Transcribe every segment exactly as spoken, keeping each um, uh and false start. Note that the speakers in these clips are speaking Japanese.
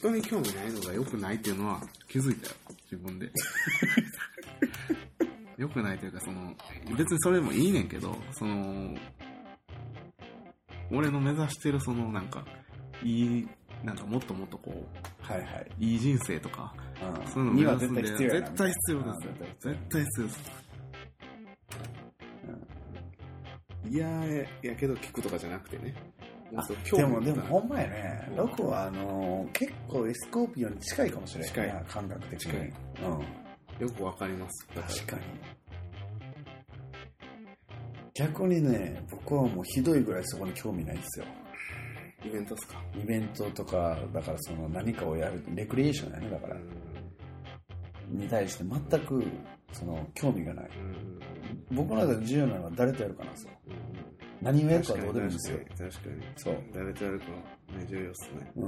人に興味ないのが良くないっていうのは気づいたよ、自分で。良くないというか、その、別にそれもいいねんけど、その、俺の目指してるその、なんか、いい、なんかもっともっとこう、 はいはい。 いい人生とか、 うん、 そういうの目指すんで、 には絶対必要やな絶対必要ですよ。絶対必要です。うん、いやー、やけど聞くとかじゃなくてね。 でも、でもほんまやね。ロコは、あのー、結構エスコーピオンに近いかもしれない。 近い。 感覚的に。 近い。うん。よくわかります。 確かに。逆にね、僕はもうひどいぐらいそこに興味ないんですよ。 イベントっすか？ イベントとか、だからその何かをやる、レクリエーションやね、だから。に対して全く、その、興味がない。僕の中で重要なのは誰とやるかなんですよ。何をやるかはどうでもいいんですよ。 確かに。確かにそう。 誰とやるかはね、重要っすね。 うん。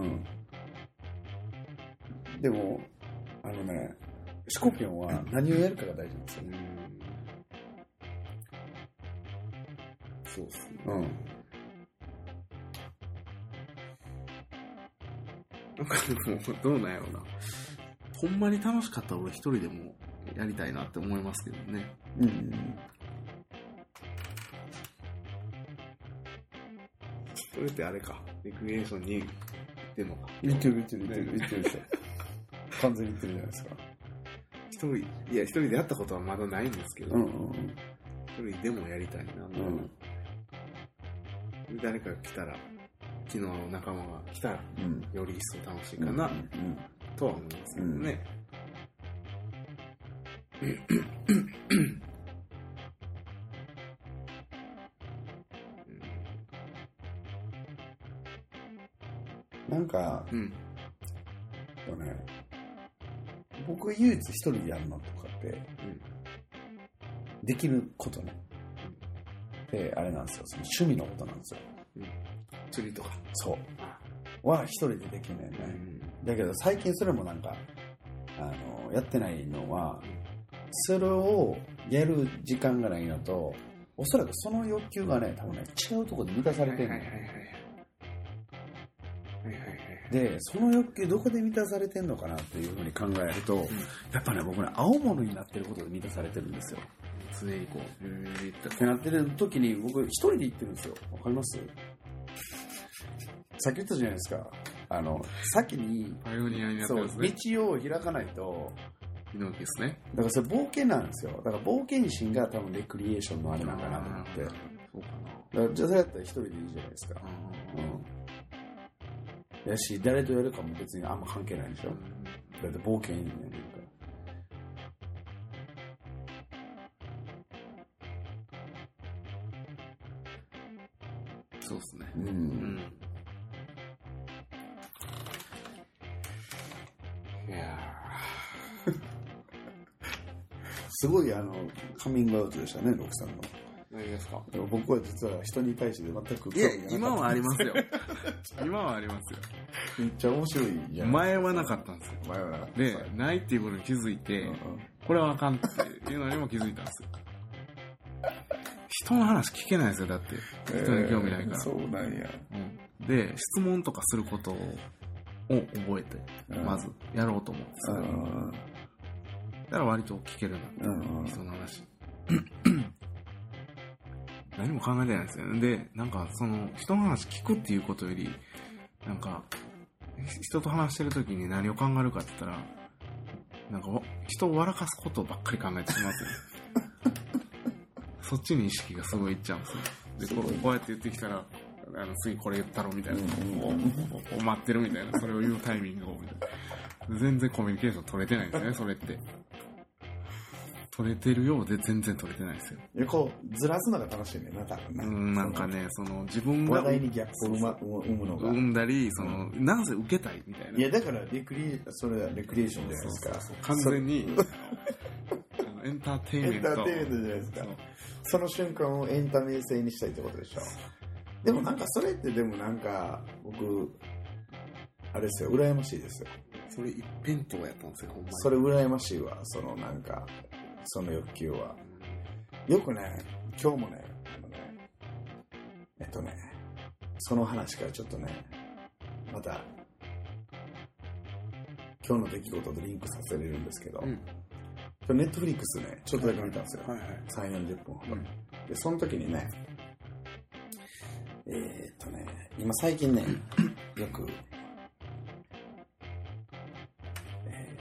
でも、あのね、スコーピオンは何をやるかが大事なんですよね。 そうっすね。 うん。 なんかでも、どうなんやろうな。ほんまに楽しかったら俺一人でもやりたいなって思いますけどね。 うん。 それってあれか。レクリエーションに行ってんのか。 行ってる行ってる行ってる行ってるでしょ。完全に行ってるじゃないですか。 一人、いや一人でやったことはまだないんですけど、 うんうんうん、 一人でもやりたいな。うん、誰かが来たら、昨日の仲間が来たら、うん、より一層楽しいかな、うんうん、とは思いますけどね。うんなんか、うん、ね、僕唯一一人でやるのとかって、うん、できることね、うん、であれなんですよ、その趣味のことなんですよ、 うん、釣りとかそうは一人でできないね、うん、だけど最近それもなんかあのやってないのは、それをやる時間がないのと、おそらくその欲求がね、多分ね違うところで満たされてるのよ。で、その欲求どこで満たされてんのかなっていうふうに考えると、うん、やっぱね、僕ね、青物になってることで満たされてるんですよ。 常にこう、うん、 ってなってる時に、僕一人で行ってるんですよ。わかります？さっき言ったじゃないですか。あの、先に、 パイオニアになってますね。 そう、道を開かないと、 ヒノキですね。 だからそれ冒険なんですよ。だから冒険心が多分レクリエーションのあれなんかなと思って。そうかな。だから女性だったら一人でいいじゃないですか。うん。やし、誰とやるかも別にあんま関係ないでしょ。だって冒険になるから。 そうですね。 うん。うんいやすごいあのカミングアウトでしたね、ロクさんの。 何ですか？ 僕は実は人に対して全く興味がなかった。いや、今はありますよ。今はありますよ。 めっちゃ面白いじゃん。 前はなかったんですよ。 前はなかった。 で、ないっていうことに気づいて、うんうん、これはあかんっていうのにも気づいたんですよ。人の話聞けないですよ、だって。人に興味ないから。 えー、そうなんや、 うん。で、質問とかすることを覚えて、うん、まずやろうと思ってさ。うんだから割と聞けるな、うん、人の話。何も考えてないですよね。で、なんかその人の話聞くっていうことより、なんか人と話してる時に何を考えるかって言ったら、なんか人を笑かすことばっかり考えてしまってそっちに意識がすごいいっちゃうんですよ。で、こう、こうやって言ってきたら、あの次これ言ったろみたいな、うん、待ってるみたいな、それを言うタイミングをみたいな。全然コミュニケーション取れてないんですね、それって。取れてるようで全然取れてないですよ。 いや、こう、ずらすのが楽しいね、多分ね。 うん、なんかね、その、自分が。 話題にギャップを生むのが。 生んだり、その、うん、なぜ受けたいみたいな。 いや、だから、レクリ、それはレクリエーションじゃないですか。 そうそうそう完全に、あのエンターテインメント。 エンターテインメントじゃないですか。そ, その瞬間をエンタメ性にしたいってことでしょ。でもなんか、それってでもなんか、僕、あれですよ、羨ましいですよ。 それ一辺倒やったんですよ、ほんまに。 それ羨ましいわ、そのなんか、その欲求は。よくね、今日もね、あのね、えっとね、その話からちょっとね、また、 今日の出来事とリンクさせれるんですけど、 うん、 ネットフリックスね、ちょっとだけ見たんですよ。 はいはい、 さんじゅう、よんじゅっぷんほど、 うん。 で、その時にね、えー、っとね、今最近ね、よく、え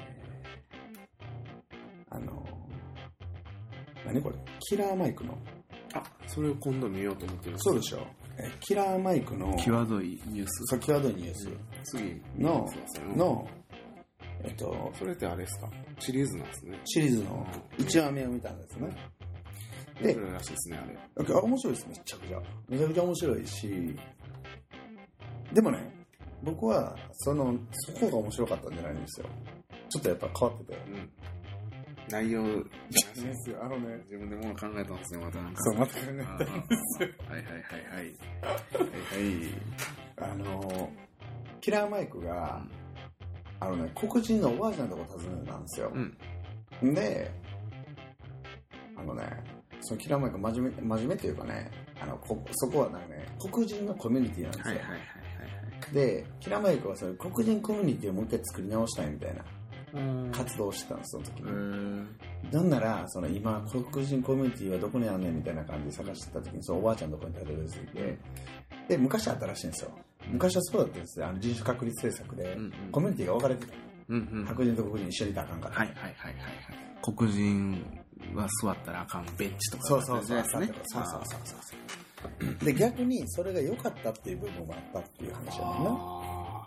ー、あの、何これ、キラーマイクの。 あ、それを今度見ようと思ってるんです。 そうでしょ。えキラーマイクの、 際どいニュース。 そう、際どいニュース。 次の、の、えっと、 それってあれですか？シリーズなんですね。 シリーズのいちわめを見たんですね。 で、面白いらしいですね、あれ。 あ、面白いです、めちゃくちゃ。めちゃくちゃ面白いし、でもね、僕は、その、そこが面白かったんじゃないんですよ。ちょっとやっぱ変わってて。 うん。内容、 ですよ、あのね。 自分でもの考えたんですね、またなんか。 そう、また考えたんですよ。 はいはいはいはい。はいはい。 あの、キラーマイクが、あのね、黒人のおばあちゃんのとこ訪ねたんですよ。うん、で、あのね、そのキラーマイク真面目、真面目っていうかね、あの、こそこはなんかね、黒人のコミュニティなんですよ。はいはいはいはい。で、キラーマイクはその黒人コミュニティをもう一回作り直したいみたいな活動をしてたんです、その時に。なんなら、その今、黒人コミュニティはどこにあんねんみたいな感じで探してた時に、そのおばあちゃんのとこにたどり着いて、で、昔あったらしいんですよ。昔はそうだったんですよ。あの人種確立政策で、コミュニティが分かれてた。うんうん、白人と黒人一緒にいたらあかんから。はいはいはいはい。黒人は座ったらあかんベンチとか、ね。そうそうそう。そうそうそうそう。で、逆にそれが良かったっていう部分もあったっていう話やもんな。はい。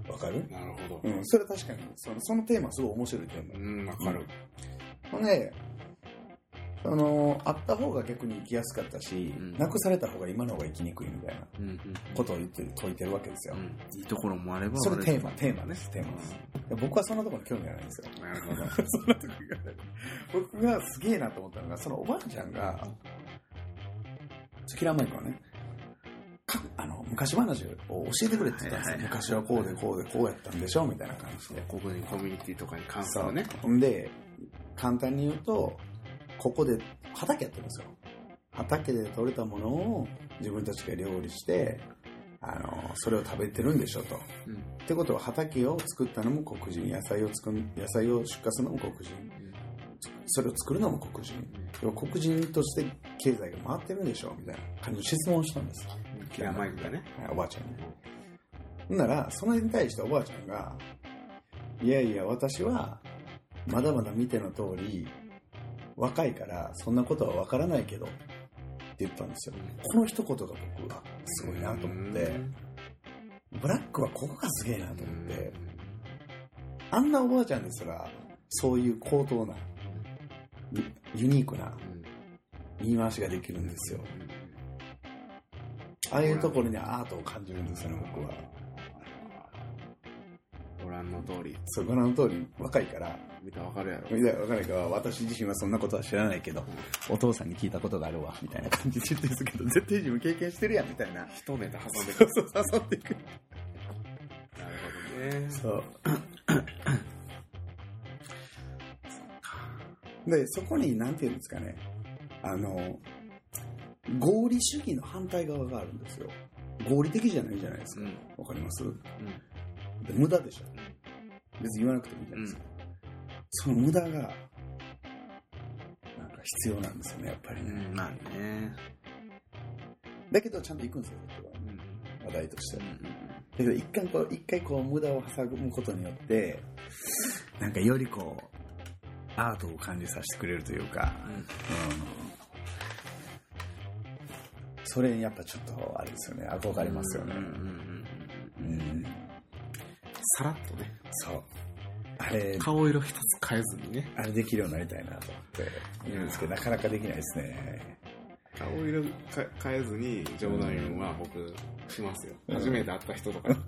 わかる？なるほど。うん、それは確かに、その、そのテーマすごい面白いテーマ。うん、わかる。ほんで、その、あった方が逆に生きやすかったし、うん、なくされた方が今の方が生きにくいみたいなことを言ってる、説いてるわけですよ。うん、いいところもあれば。それテーマ、テーマです、テーマです。うん、僕はそんなところに興味がないんですよ。なるほど。そんなところがない。僕がすげえなと思ったのが、そのおばあちゃんが、キラーマイクはね、あの昔話を教えてくれって言ったんですよ。昔はこうでこうでこうやったんでしょみたいな感じで。ここにコミュニティとかに関するね。で、簡単に言うと、ここで畑やってるんですよ。畑で採れたものを自分たちが料理して、あのそれを食べてるんでしょと。うん、ってことは畑を作ったのも黒人、野菜を作る野菜を出荷するのも黒人、うん、それを作るのも黒人。うん、黒人として経済が回ってるんでしょみたいな感じの質問をしたんです。キラーマイクがね、おばあちゃんに。ほんなら、それに対しておばあちゃんが、いやいや、私は、まだまだ見ての通り、若いから、そんなことはわからないけど、って言ったんですよ。この一言が僕は、すごいなと思って、ブラックはここがすげえなと思って、あんなおばあちゃんですら、そういう高等な、ユニークな言い回しができるんですよ。ああいうところにアートを感じるんですよね、僕は。ご覧の通り。そう、ご覧の通り、若いから。見たらわかるやろ。見たらわかるから、私自身はそんなことは知らないけど、うん、お父さんに聞いたことがあるわ、みたいな感じで言ってるんですけど、絶対自分経験してるやん、みたいな。一ネタ挟んでくる。そうそう、挟んでくる。なるほどね。そう。で、そこに、なんていうんですかね、あの、合理主義の反対側があるんですよ。合理的じゃないじゃないですか。わ、うん、かります、うん、で無駄でしょ。別に言わなくてもいいじゃないですか。うん、その無駄が、なんか必要なんですよね、やっぱりね。うん、まあね。だけど、ちゃんと行くんですよ、僕は。うん、話題として。うん、だけど、一回こう、一回こう、無駄を挟むことによって、なんかよりこう、アートを感じさせてくれるというか、うんうん、それにやっぱちょっとあれですよね、憧れますよね。うんうんうんうん、さらっとね、そうあれ顔色一つ変えずにね、あれできるようになりたいなと思って言うんですけど、なかなかできないですね。顔色変えずに冗談言うのは僕しますよ、うん、初めて会った人とかに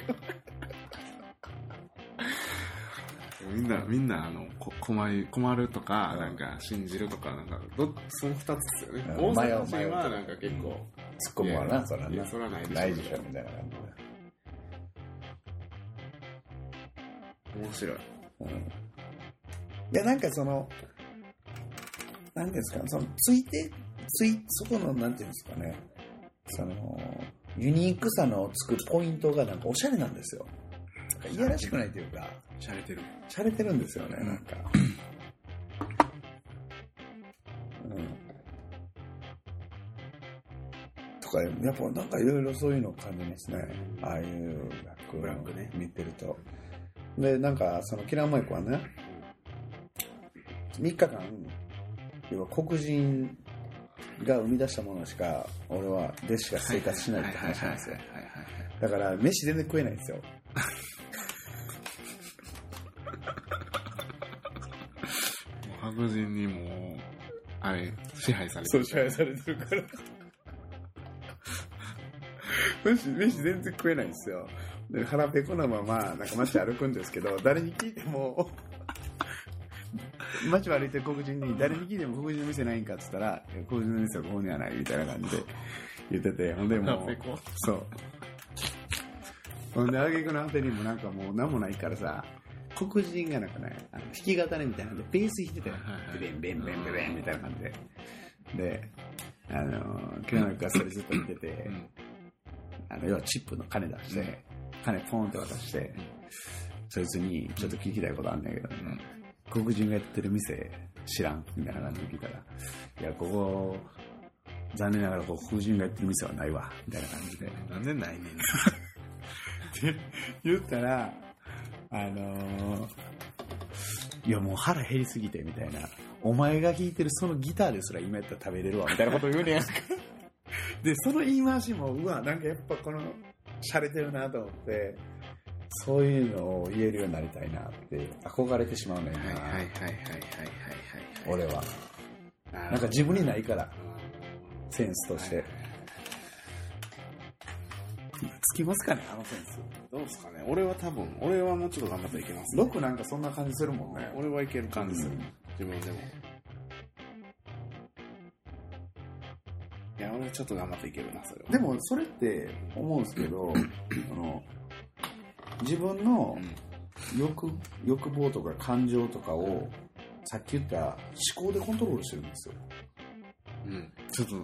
みんな、みんな、あの、こ困り、困るとか、なんか、信じるとか、なんか、ど、その二つですよね。大阪人は、なんか結構、突っ込むわな、そらな。いや、そらないでしょ。ないでしょ、みたいな感じで。面白い。うん。いや、なんかその、なんていうんですか、その、ついて、つい、そこの、なんていうんですかね、その、ユニークさのつくポイントが、なんか、おしゃれなんですよ。なんか、いやらしくないというか、 しゃれてる。 しゃれてるんですよね、なんか。うん。とか、やっぱなんかいろいろそういうのを感じますね。ああいうブラックね。 見てると。で、なんか、そのキラーマイクはね、みっかかん、要は黒人が生み出したものしか、俺は、でしか生活しないって話なんですよ。だから、飯全然食えないんですよ。 白人にも、あれ、支配されてる。そう、支配されてるから。飯、飯全然食えないんですよ。で、腹ペコなまま、なんか街歩くんですけど、誰に聞いても、街を歩いてる黒人に、誰に聞いても黒人の店ないんかって言ったら、黒人の店はここにはないみたいな感じで言ってて、ほんでもう、そう。ほんで、挙句の果てにもなんかもう何もないからさ、黒人がなんかね、あの弾き語りみたいなんで、ベース弾いてたよ。ベンベンベンベンベンみたいな感じで。で、あの、キラマイクがそれずっと見てて、あの、要はチップの金出して、金ポンって渡して、そいつにちょっと聞きたいことあんねんけどね、黒人がやってる店知らんみたいな感じで聞いたら、いや、ここ、残念ながらここ黒人がやってる店はないわ、みたいな感じで。 なんでないねんって言ったら、あのー、いやもう腹減りすぎてみたいな、お前が弾いてるそのギターですら今やったら食べれるわみたいなこと言うねやんか。でその言い回しもうわ、なんかやっぱこの洒落てるなと思って、そういうのを言えるようになりたいなって憧れてしまうねんな。 はいはいはいはいはいはいはい。 俺はなんか自分にないから、センスとして、はい、つきますかね、あのセンス。 どうですかね。俺は多分、俺はもうちょっと頑張ったらいけます、 ね。僕なんかそんな感じするもんね。 俺はいける感じする、うん、自分でも。いや、俺ちょっと頑張っていけるな、それは。 でもそれって思うんですけど、あの自分の欲、欲望とか感情とかをさっき言った思考でコントロールしてるんですよ。 うん。ちょっと、うん。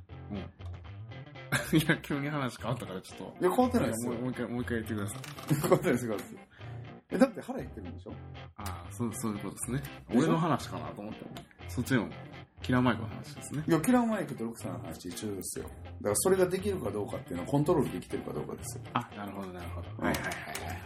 いや、急に話変わったからちょっと。 いや、変わってないですよ。 もう一回、もう一回言ってください。 変わってないです、変わってないです。え、だって腹減ってるんでしょ？ ああ、そう、そういうことですね。俺の話かなと思ったの。そっちのキラーマイクの話ですね。 いや、キラーマイクとロクさんの話一緒ですよ。だからそれができるかどうかっていうのはコントロールできてるかどうかですよ。 あ、なるほど、なるほど。はいはいはいはい。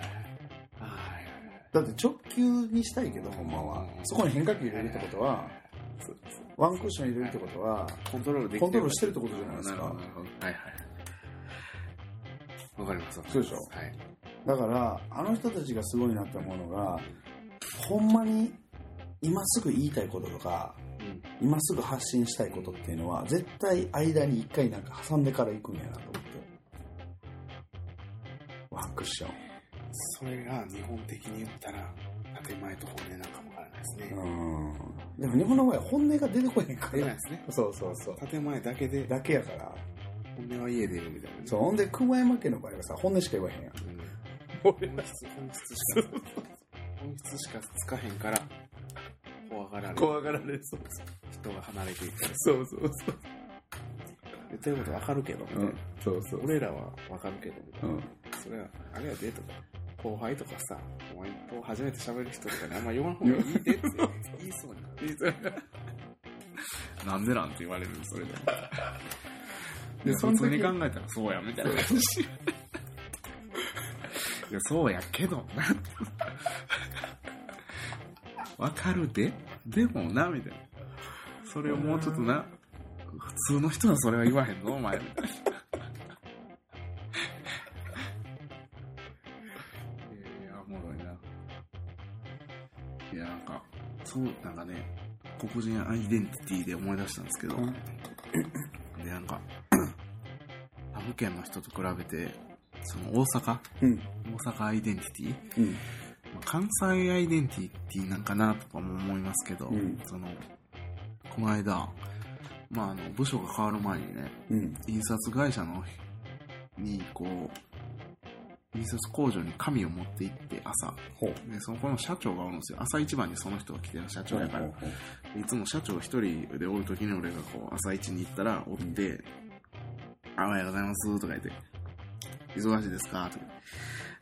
だって直球にしたいけど、ほんまは。そこに変化球入れるってことは、ワンクッション入れるってことは、 コントロールできてる。 コントロールしてるってことじゃないですか。 なるほど、なるほど。はいはい。わかります。 そうでしょ。 はい。 だから、あの人たちがすごいなって思うのが、ほんまに今すぐ言いたいこととか、うん、今すぐ発信したいことっていうのは、絶対間に一回なんか挟んでから行くんやなと思って。ワンクッション。 それが日本的に言ったら、建前と本音なんかもわからないですね。 うん。でも日本の場合は本音が出てこへんから。 出ないですね。 そうそうそう。 建前だけで。 だけやから。 本音は家でいるみたいな、ね。 そう、ほんで、熊山家の場合はさ、本音しか言わへんやん。うん、 本質、本質しか、本質しかつかへんから、怖がられる。 怖がられる。そうそう。人が離れていったり。 そうそうそう。 言ってることわかるけど、みたいな、うん。 そうそう。 俺らはわかるけど、みたいな。 うん。 それは、あれやでとか、後輩とかさ、お前と初めて喋る人とかにあんま言わん方がいいでって言いそうになる。言いそうになる。なんでなんて言われる、それでも。で、その時に考えたらそうや、みたいな感じ。いや、そうやけどな。わかるででもな、みたいな。それをもうちょっとな、普通の人はそれは言わへんのお前、みたいな。いや、おもろいな。いや、なんか、そう、なんかね、黒人アイデンティティで思い出したんですけど、うん、で、なんか、他府県の人と比べて、その大阪、うん、大阪アイデンティティ、うん、関西アイデンティティなんかなとかも思いますけど、うん、その、この間、まあ、あの、部署が変わる前にね、うん、印刷会社の、に、こう、印刷工場に紙を持って行って、朝。で、その、この社長がおるんですよ。朝一番にその人が来てる社長やから。いつも社長一人でおるときに俺がこう、朝一に行ったら、おって、うん、おはようございます、とか言って、忙しいですかとか。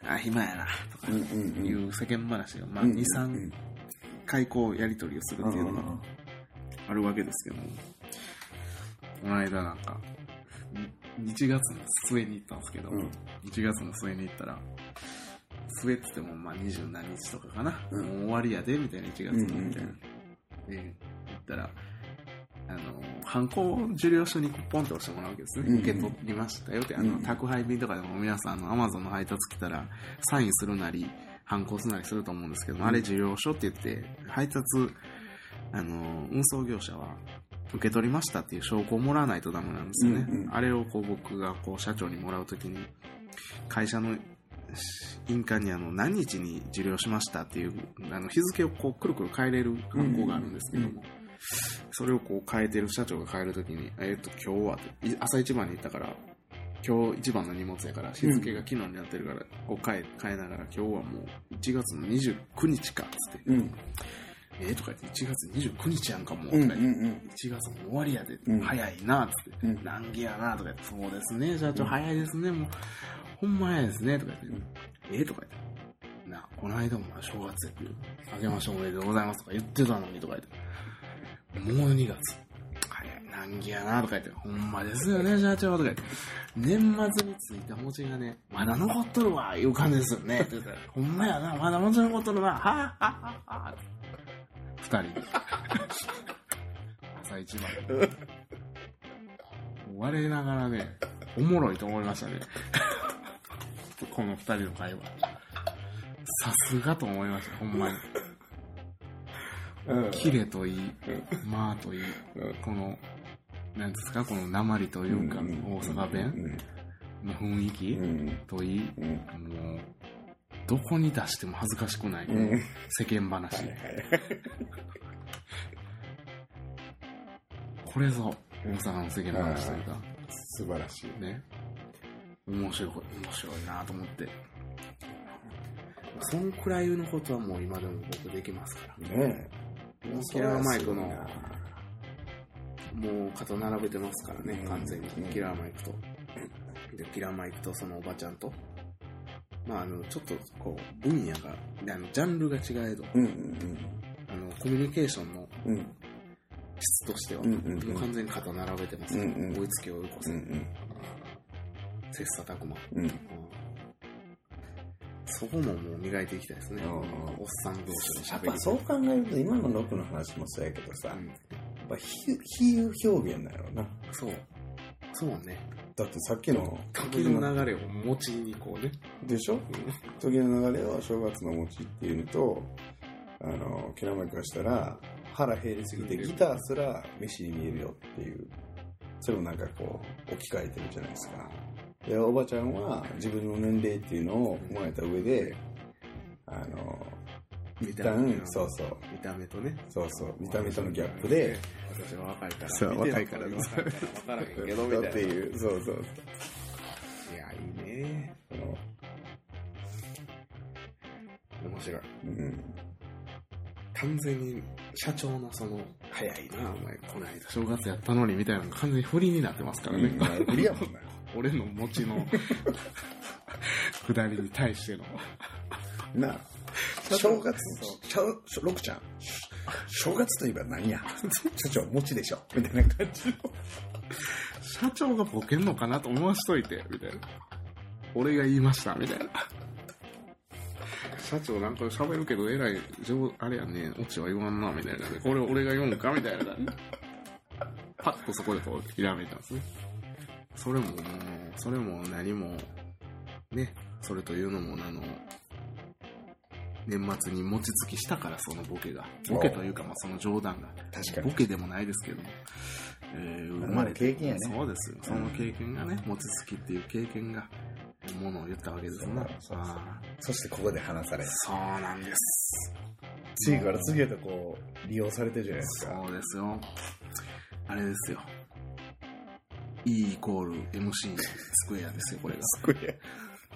あ、暇やな、とかいう世間話を、まあ、 うんうん、 に、さんかいこうやり取りをするっていうのがあるわけですけども、この間なんか、いちがつの末に行ったんですけど、うん、いちがつの末に行ったら、末って言ってもまあ二十何日とかかな、うん、もう終わりやでみたいな、いちがつのみたいな、うんうん、で行ったらあのハンコを受領書にポンと押してもらうわけですね、うんうん、受け取りましたよって、あの、うん、宅配便とかでも皆さんあのアマゾンの配達来たらサインするなりハンコ押すなりすると思うんですけど、うん、あれ受領書って言って配達あの運送業者は受け取りましたっていう証拠をもらわないとダメなんですよね、うんうん、あれをこう僕がこう社長にもらうときに会社の印鑑にあの何日に受領しましたっていうあの日付をこうくるくる変えれるハンコがあるんですけども、うんうん、それをこう変えてる社長が変えるときにえっと今日は朝一番に行ったから今日一番の荷物やから日付が昨日になってるからこう変え変えながら今日はもういちがつのにじゅうくにちかっつって、うんえーとか言っていちがつにじゅうくにちやんかもうとか言って、うんうんうん、いちがつも終わりやで、うん、早いなっつって、うん、難儀やなとか言ってそうですね社長、うん、早いですねもうほんま早いですねとか言って、うん、えーとか言ってなこの間も正月やけどあげましょうおめでとうございますとか言ってたのにとか言ってもうにがつ早い難儀やなとか言ってほんまですよね社長とか言って年末についた餅がねまだ残っとるわいう感じですよねって言ったらほんまやなまだ餅残っとるなはぁはぁはぁはぁ二人で朝一番我ながらねおもろいと思いましたねこの二人の会話さすがと思いましたほんまに、うん、キレといい、うん、まあといい、うん、このなんですかこの訛りというか、うん、大阪弁の雰囲気、うん、といい、うん、もうどこに出しても恥ずかしくない、うん、世間話、はいはい、これぞ大阪の世間話というか素晴らしいね面白い面白いなと思ってそんくらいのことはもう今でも僕できますからねえキラーマイクのもう肩並べてますからね、うん、完全にキラーマイクとでキラーマイクとそのおばちゃんとまあ、あのちょっとこう分野があのジャンルが違えど、うんうんうん、あのコミュニケーションの質としては、うんうんうん、完全に肩並べてます、うんうん、追いつけ追い越せ、うんうん、切磋琢磨、うんうん、そこももう磨いていきたいですね、うん、おっさん同士のしゃべりそう考えると今のロックの話もそうやけどさ、うん、やっぱ比喩表現だよなそうそうねだってさっきの時の流れを餅にこうねでしょ、うん、時の流れを正月の餅っていうのとあのキラマイクがしたら腹減りすぎてギターすら飯に見えるよっていうそれもなんかこう置き換えてるじゃないですかでおばちゃんは自分の年齢っていうのを踏まえた上であの一旦そうそう見た目とねそうそう見た目とのギャップで私は若いからそう若いから分からへんけどみたいなっていうそうそういやいいね面白い、うん、完全に社長のその早いなお前この間正月やったのにみたいなのが完全に不利になってますからね、うん、 不利やもんな俺の餅の下りに対してのなあ正月ロクちゃん正月といえば何や社長餅でしょみたいな感じの社長がボケんのかなと思わしといてみたいな俺が言いましたみたいな社長なんか喋るけどえらいあれやねオチは言わんなみたいなこれ俺が言うんかみたいなパッとそこでこうひらめいたんですねそれももうそれも何もねそれというのもあの年末に餅つきしたからそのボケがボケというかまあその冗談が確かにボケでもないですけど、えー、生まれて経験やねそうですよその経験がね餅つきっていう経験がものを言ったわけですな そ, そうそしてここで話されそうなんです次から次へとこう利用されてるじゃないですかそうですよあれですよ E イコール エムシー スクエアですよこれがスクエ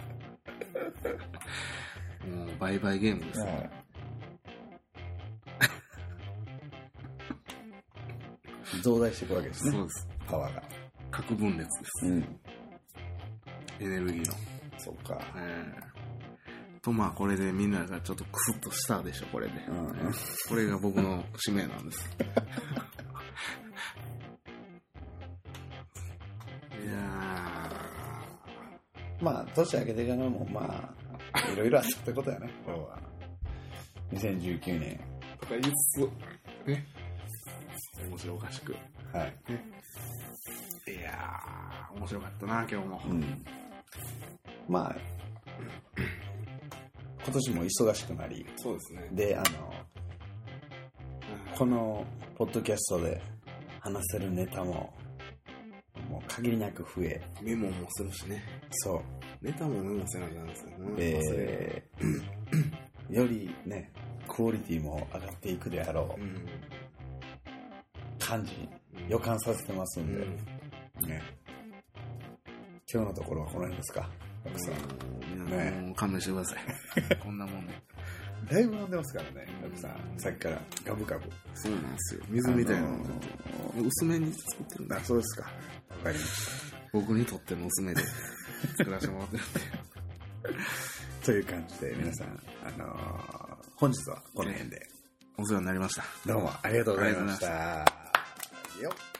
アもうバイバイゲームですよ、はい、 増大していくわけですねそうですパワーが核分裂です、うん、エネルギーのそっか、 えとまあこれでみんながちょっとクスッとしたでしょこれで、うん、これが僕の使命なんですいやまあ年明けてからもまあいろいろあったってことやねこれはにせんじゅうきゅうねんとか言いつつね面白おかしくはい、ね、 いやー面白かったな今日も、うん、 まあ今年も忙しくなりそうですねであの、うん、このポッドキャストで話せるネタももう限りなく増えメモもするしねそうネタもメモせなきゃなんですよねでよりねクオリティも上がっていくであろう、うん、感じ予感させてますんで、うん、ね今日のところはこの辺ですか奥さん、 うんね、もう勘弁してくださいこんなもんねだいぶ飲んでますからね奥さんさっきからガブガブそうなんですよ水みたいなの、あのー、薄めに作ってるんだそうですかわかりました僕にとっての薄めで作らせてもらってるんでという感じで皆さん、あのー、本日はこの辺で、 お世話になりました。 どうもありがとうございました。よっ。